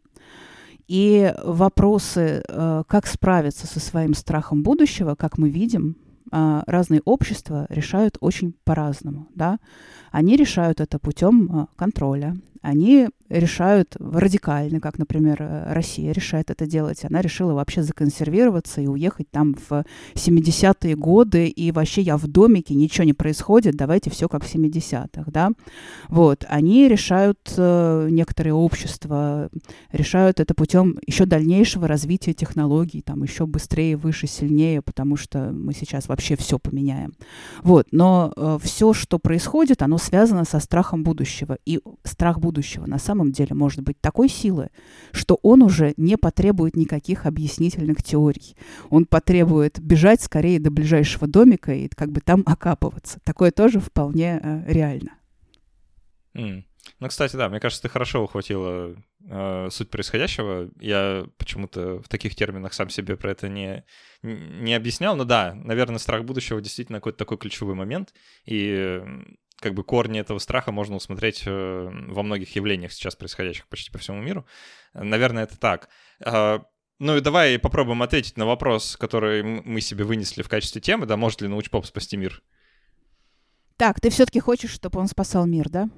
И вопросы, как справиться со своим страхом будущего, как мы видим, разные общества решают очень по-разному, да. Они решают это путем контроля, они решают радикально, как, например, Россия решает это делать. Она решила вообще законсервироваться и уехать там в семидесятые годы, и вообще я в домике, ничего не происходит, давайте все как в семидесятых, да. Вот, они решают, некоторые общества решают это путем еще дальнейшего развития технологий, там еще быстрее, выше, сильнее, потому что мы сейчас вообще все поменяем. Вот, но э, все, что происходит, оно связано со страхом будущего, и страх будущего на самом деле может быть такой силы, что он уже не потребует никаких объяснительных теорий. Он потребует бежать скорее до ближайшего домика и как бы там окапываться. Такое тоже вполне э, реально. Mm. Ну, кстати, да, мне кажется, ты хорошо ухватила э, суть происходящего. Я почему-то в таких терминах сам себе про это не, не объяснял. Но да, наверное, страх будущего действительно какой-то такой ключевой момент. И как бы корни этого страха можно усмотреть э, во многих явлениях сейчас происходящих почти по всему миру. Наверное, это так. Э, ну и давай попробуем ответить на вопрос, который мы себе вынесли в качестве темы. Да, может ли научпоп спасти мир? Так, ты все-таки хочешь, чтобы он спасал мир, да?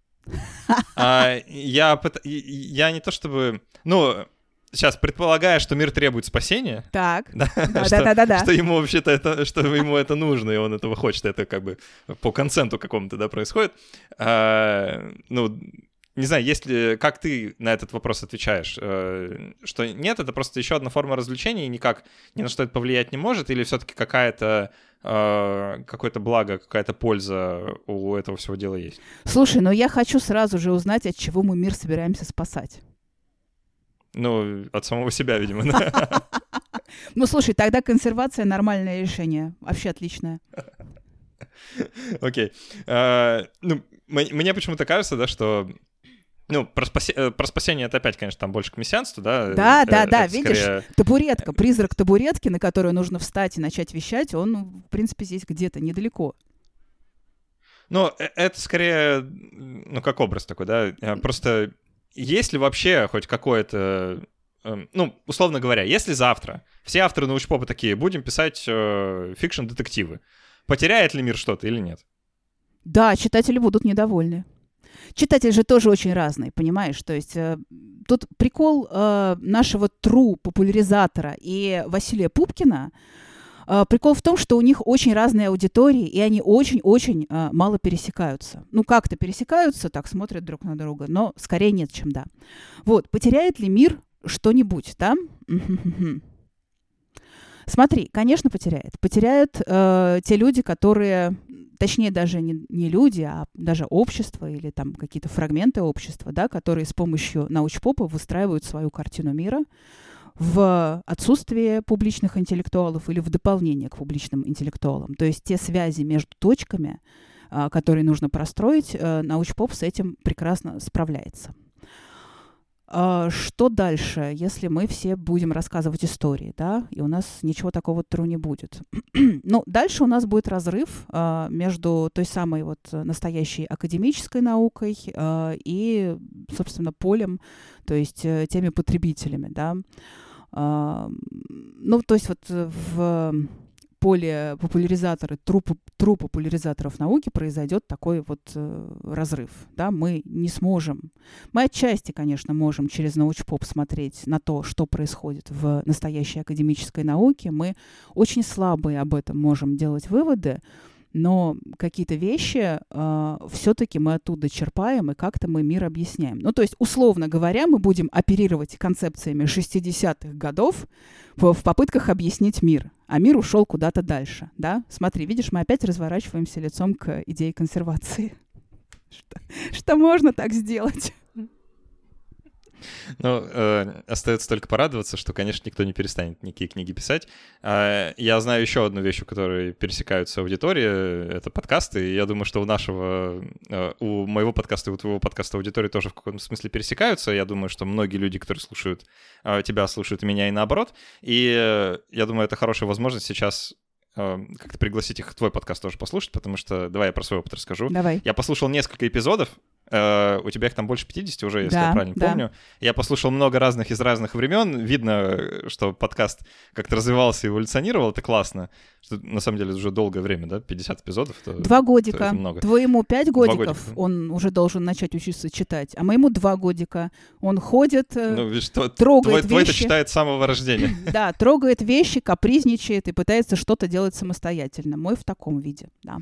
А, я, я не то чтобы... Ну, сейчас предполагая, что мир требует спасения. Так, да, да, что, да, да, да. Что ему вообще-то это, что ему это нужно, и он этого хочет. Это как бы по консенту какому-то, да, происходит. А, ну, не знаю, если... Как ты на этот вопрос отвечаешь? Что нет, это просто еще одна форма развлечения, и никак ни на что это повлиять не может, или все-таки какая-то... какое-то благо, какая-то польза у этого всего дела есть? Слушай, но я хочу сразу же узнать, от чего мы мир собираемся спасать. Ну, от самого себя, видимо. Ну, слушай, тогда консервация — нормальное решение. Вообще отличное. Окей. А, ну, мне почему-то кажется, да, что... Ну, про, спаси... про спасение это опять, конечно, там больше к мессианству, да? Да, да, это да, видишь, скорее... табуретка, призрак табуретки, на которую нужно встать и начать вещать, он, в принципе, здесь где-то недалеко. Ну, это скорее, ну, как образ такой, да? Просто есть ли вообще хоть какое-то... Ну, условно говоря, если завтра все авторы научпопа такие, будем писать э, фикшн-детективы, потеряет ли мир что-то или нет? Да, читатели будут недовольны. Читатели же тоже очень разные, понимаешь? То есть э, тут прикол э, нашего тру популяризатора и Василия Пупкина, э, прикол в том, что у них очень разные аудитории, и они очень-очень э, мало пересекаются. Ну, как-то пересекаются, так смотрят друг на друга, но скорее нет, чем да. Вот, потеряет ли мир что-нибудь, да? Смотри, конечно, потеряет. Потеряют э, те люди, которые, точнее, даже не, не люди, а даже общество или там какие-то фрагменты общества, да, которые с помощью научпопа выстраивают свою картину мира в отсутствие публичных интеллектуалов или в дополнение к публичным интеллектуалам. То есть те связи между точками, э, которые нужно простроить, э, научпоп с этим прекрасно справляется. Что дальше, если мы все будем рассказывать истории, да, и у нас ничего такого тру не будет? Ну, дальше у нас будет разрыв а, между той самой вот настоящей академической наукой а, и, собственно, полем, то есть теми потребителями, да. А, ну, то есть вот в поле популяризаторы, тру, тру популяризаторов науки произойдет такой вот э, разрыв. Да? Мы не сможем, мы отчасти, конечно, можем через научпоп смотреть на то, что происходит в настоящей академической науке. Мы очень слабые об этом можем делать выводы, но какие-то вещи э, все-таки мы оттуда черпаем, и как-то мы мир объясняем. Ну, то есть, условно говоря, мы будем оперировать концепциями шестидесятых годов в, в попытках объяснить мир, а мир ушел куда-то дальше, да? Смотри, видишь, мы опять разворачиваемся лицом к идее консервации. Что, что можно так сделать? Ну, э, остается только порадоваться, что, конечно, никто не перестанет никакие книги писать. Э, я знаю еще одну вещь, у которой пересекаются аудитории, это подкасты, и я думаю, что у нашего, э, у моего подкаста и у твоего подкаста аудитории тоже в каком-то смысле пересекаются. Я думаю, что многие люди, которые слушают э, тебя, слушают меня и наоборот. И э, я думаю, это хорошая возможность сейчас как-то пригласить их в твой подкаст тоже послушать, потому что, давай я про свой опыт расскажу. Давай. Я послушал несколько эпизодов, uh, у тебя их там больше пятидесяти уже, если да, я правильно да. помню. Я послушал много разных из разных времен, видно, что подкаст как-то развивался и эволюционировал, это классно. Что, на самом деле, уже долгое время, да, пятьдесят эпизодов. Это, два годика. Это много. Твоему пять годиков, годика. Он уже должен начать учиться читать, а моему два годика. Он ходит, ну, видишь, трогает твой, вещи. Твой-то читает с самого рождения. Да, трогает вещи, капризничает и пытается что-то делать самостоятельно. Мой в таком виде, да.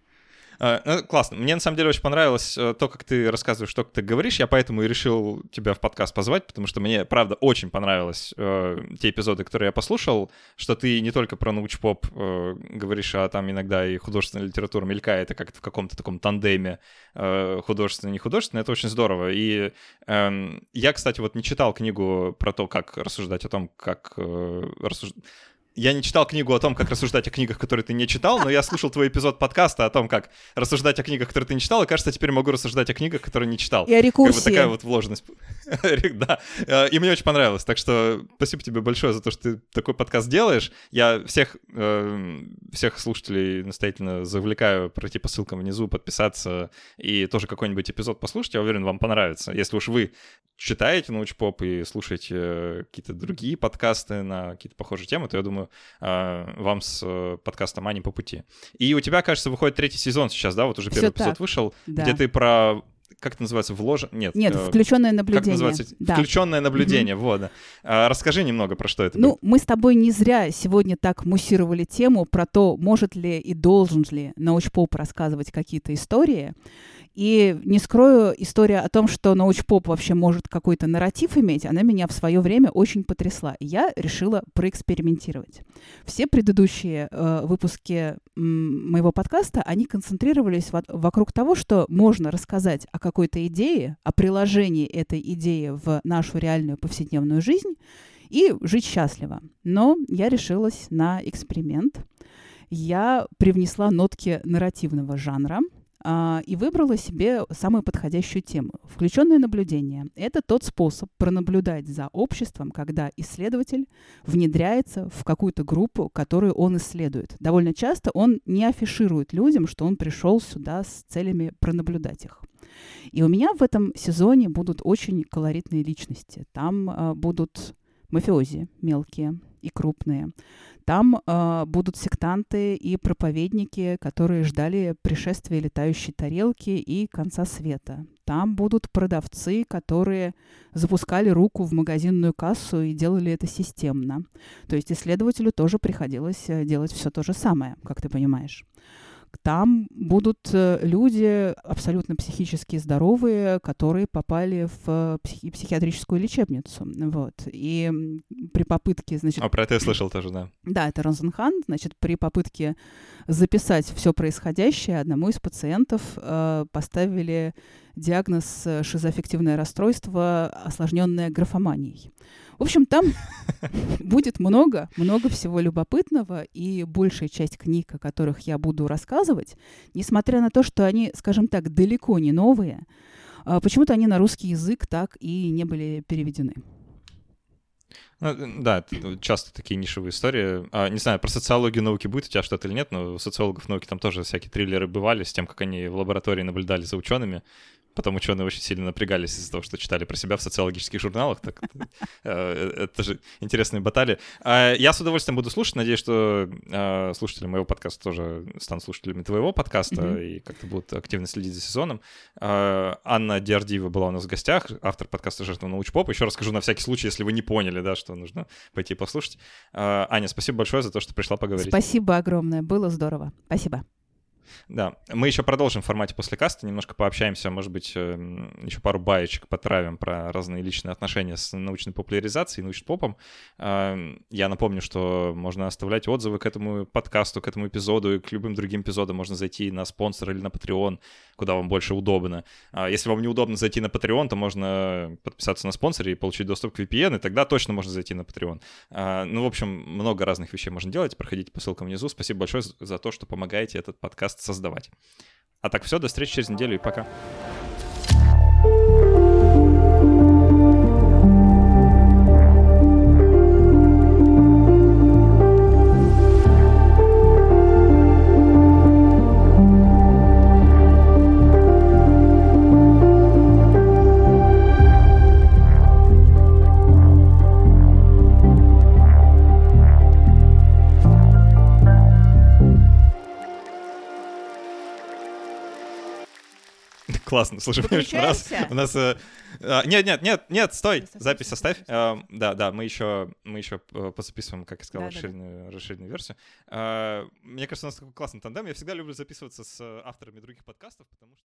Ну, классно. Мне, на самом деле, очень понравилось то, как ты рассказываешь, что ты говоришь. Я поэтому и решил тебя в подкаст позвать, потому что мне, правда, очень понравилось э, те эпизоды, которые я послушал, что ты не только про научпоп э, говоришь, а там иногда и художественная литература мелькает, и как-то в каком-то таком тандеме э, художественное и нехудожественное. Это очень здорово. И э, я, кстати, вот не читал книгу про то, как рассуждать о том, как э, рассуждать. Я не читал книгу о том, как рассуждать о книгах, которые ты не читал, но я слушал твой эпизод подкаста о том, как рассуждать о книгах, которые ты не читал, и, кажется, теперь могу рассуждать о книгах, которые не читал. И о рекурсии. Как бы такая вот вложенность. Да. И мне очень понравилось. Так что спасибо тебе большое за то, что ты такой подкаст делаешь. Я всех, всех слушателей настоятельно завлекаю пройти по ссылкам внизу, подписаться и тоже какой-нибудь эпизод послушать. Я уверен, вам понравится. Если уж вы читаете научпоп и слушаете какие-то другие подкасты на какие-то похожие темы, то я думаю, вам с подкастом Ани по пути. И у тебя, кажется, выходит третий сезон сейчас, да? Вот уже первый Всё эпизод так. вышел, Да. где ты про... Как это называется? Влож... Нет. Нет, э... включенное наблюдение. Как называется? Да. Включенное наблюдение, угу. Вот. Да. А, расскажи немного, про что это Ну, будет. мы с тобой не зря сегодня так муссировали тему про то, может ли и должен ли научпоп рассказывать какие-то истории. И не скрою, история о том, что научпоп вообще может какой-то нарратив иметь, она меня в свое время очень потрясла. И я решила проэкспериментировать. Все предыдущие э, выпуски м, моего подкаста, они концентрировались во- вокруг того, что можно рассказать о какой-то идее, о приложении этой идеи в нашу реальную повседневную жизнь и жить счастливо. Но я решилась на эксперимент. я привнесла нотки нарративного жанра а, и выбрала себе самую подходящую тему. Включенное наблюдение — это тот способ пронаблюдать за обществом, когда исследователь внедряется в какую-то группу, которую он исследует. Довольно часто он не афиширует людям, что он пришел сюда с целями пронаблюдать их. И у меня в этом сезоне будут очень колоритные личности. Там а, будут мафиози мелкие и крупные. Там э, будут сектанты и проповедники, которые ждали пришествия летающей тарелки и конца света. Там будут продавцы, которые запускали руку в магазинную кассу и делали это системно. То есть исследователю тоже приходилось делать все то же самое, как ты понимаешь. Там будут люди абсолютно психически здоровые, которые попали в психи- психиатрическую лечебницу. Вот. И при попытке, значит... А про это я слышал тоже, да. Да, это Розенхан. Значит, при попытке записать все происходящее одному из пациентов э, поставили диагноз шизоаффективное расстройство, осложненное графоманией. В общем, там будет много, много всего любопытного, и большая часть книг, о которых я буду рассказывать, несмотря на то, что они, скажем так, далеко не новые, почему-то они на русский язык так и не были переведены. Ну, да, это часто такие нишевые истории. А, не знаю, про социологию науки будет у тебя что-то или нет, но у социологов науки там тоже всякие триллеры бывали с тем, как они в лаборатории наблюдали за учеными. Потом ученые очень сильно напрягались из-за того, что читали про себя в социологических журналах. Так, это же интересные баталии. Я с удовольствием буду слушать. Надеюсь, что слушатели моего подкаста тоже станут слушателями твоего подкаста mm-hmm. и как-то будут активно следить за сезоном. Анна Диардиева была у нас в гостях, автор подкаста «Жертва научпоп». Еще расскажу на всякий случай, если вы не поняли, да, что нужно пойти послушать. Аня, спасибо большое за то, что пришла поговорить. Спасибо огромное, было здорово. Спасибо. Да, мы еще продолжим в формате после каста, немножко пообщаемся, может быть, еще пару баечек потравим про разные личные отношения с научной популяризацией, научпопом. Я напомню, что можно оставлять отзывы к этому подкасту, к этому эпизоду и к любым другим эпизодам. Можно зайти на спонсор или на Patreon, куда вам больше удобно. Если вам неудобно зайти на Patreon, то можно подписаться на спонсоре и получить доступ к ви пи эн, и тогда точно можно зайти на Patreon. Ну, в общем, много разных вещей можно делать. Проходите по ссылкам внизу. Спасибо большое за то, что помогаете этот подкаст создавать. А так все, до встречи через неделю и пока. Классно, слушай, мне раз у нас... Э, а, нет, нет, нет, нет, стой, запись оставь. Э, да, да, мы еще, мы еще позаписываем, как я сказал, да, расширенную, да, да. расширенную версию. Э, мне кажется, у нас такой классный тандем. Я всегда люблю записываться с авторами других подкастов, потому что...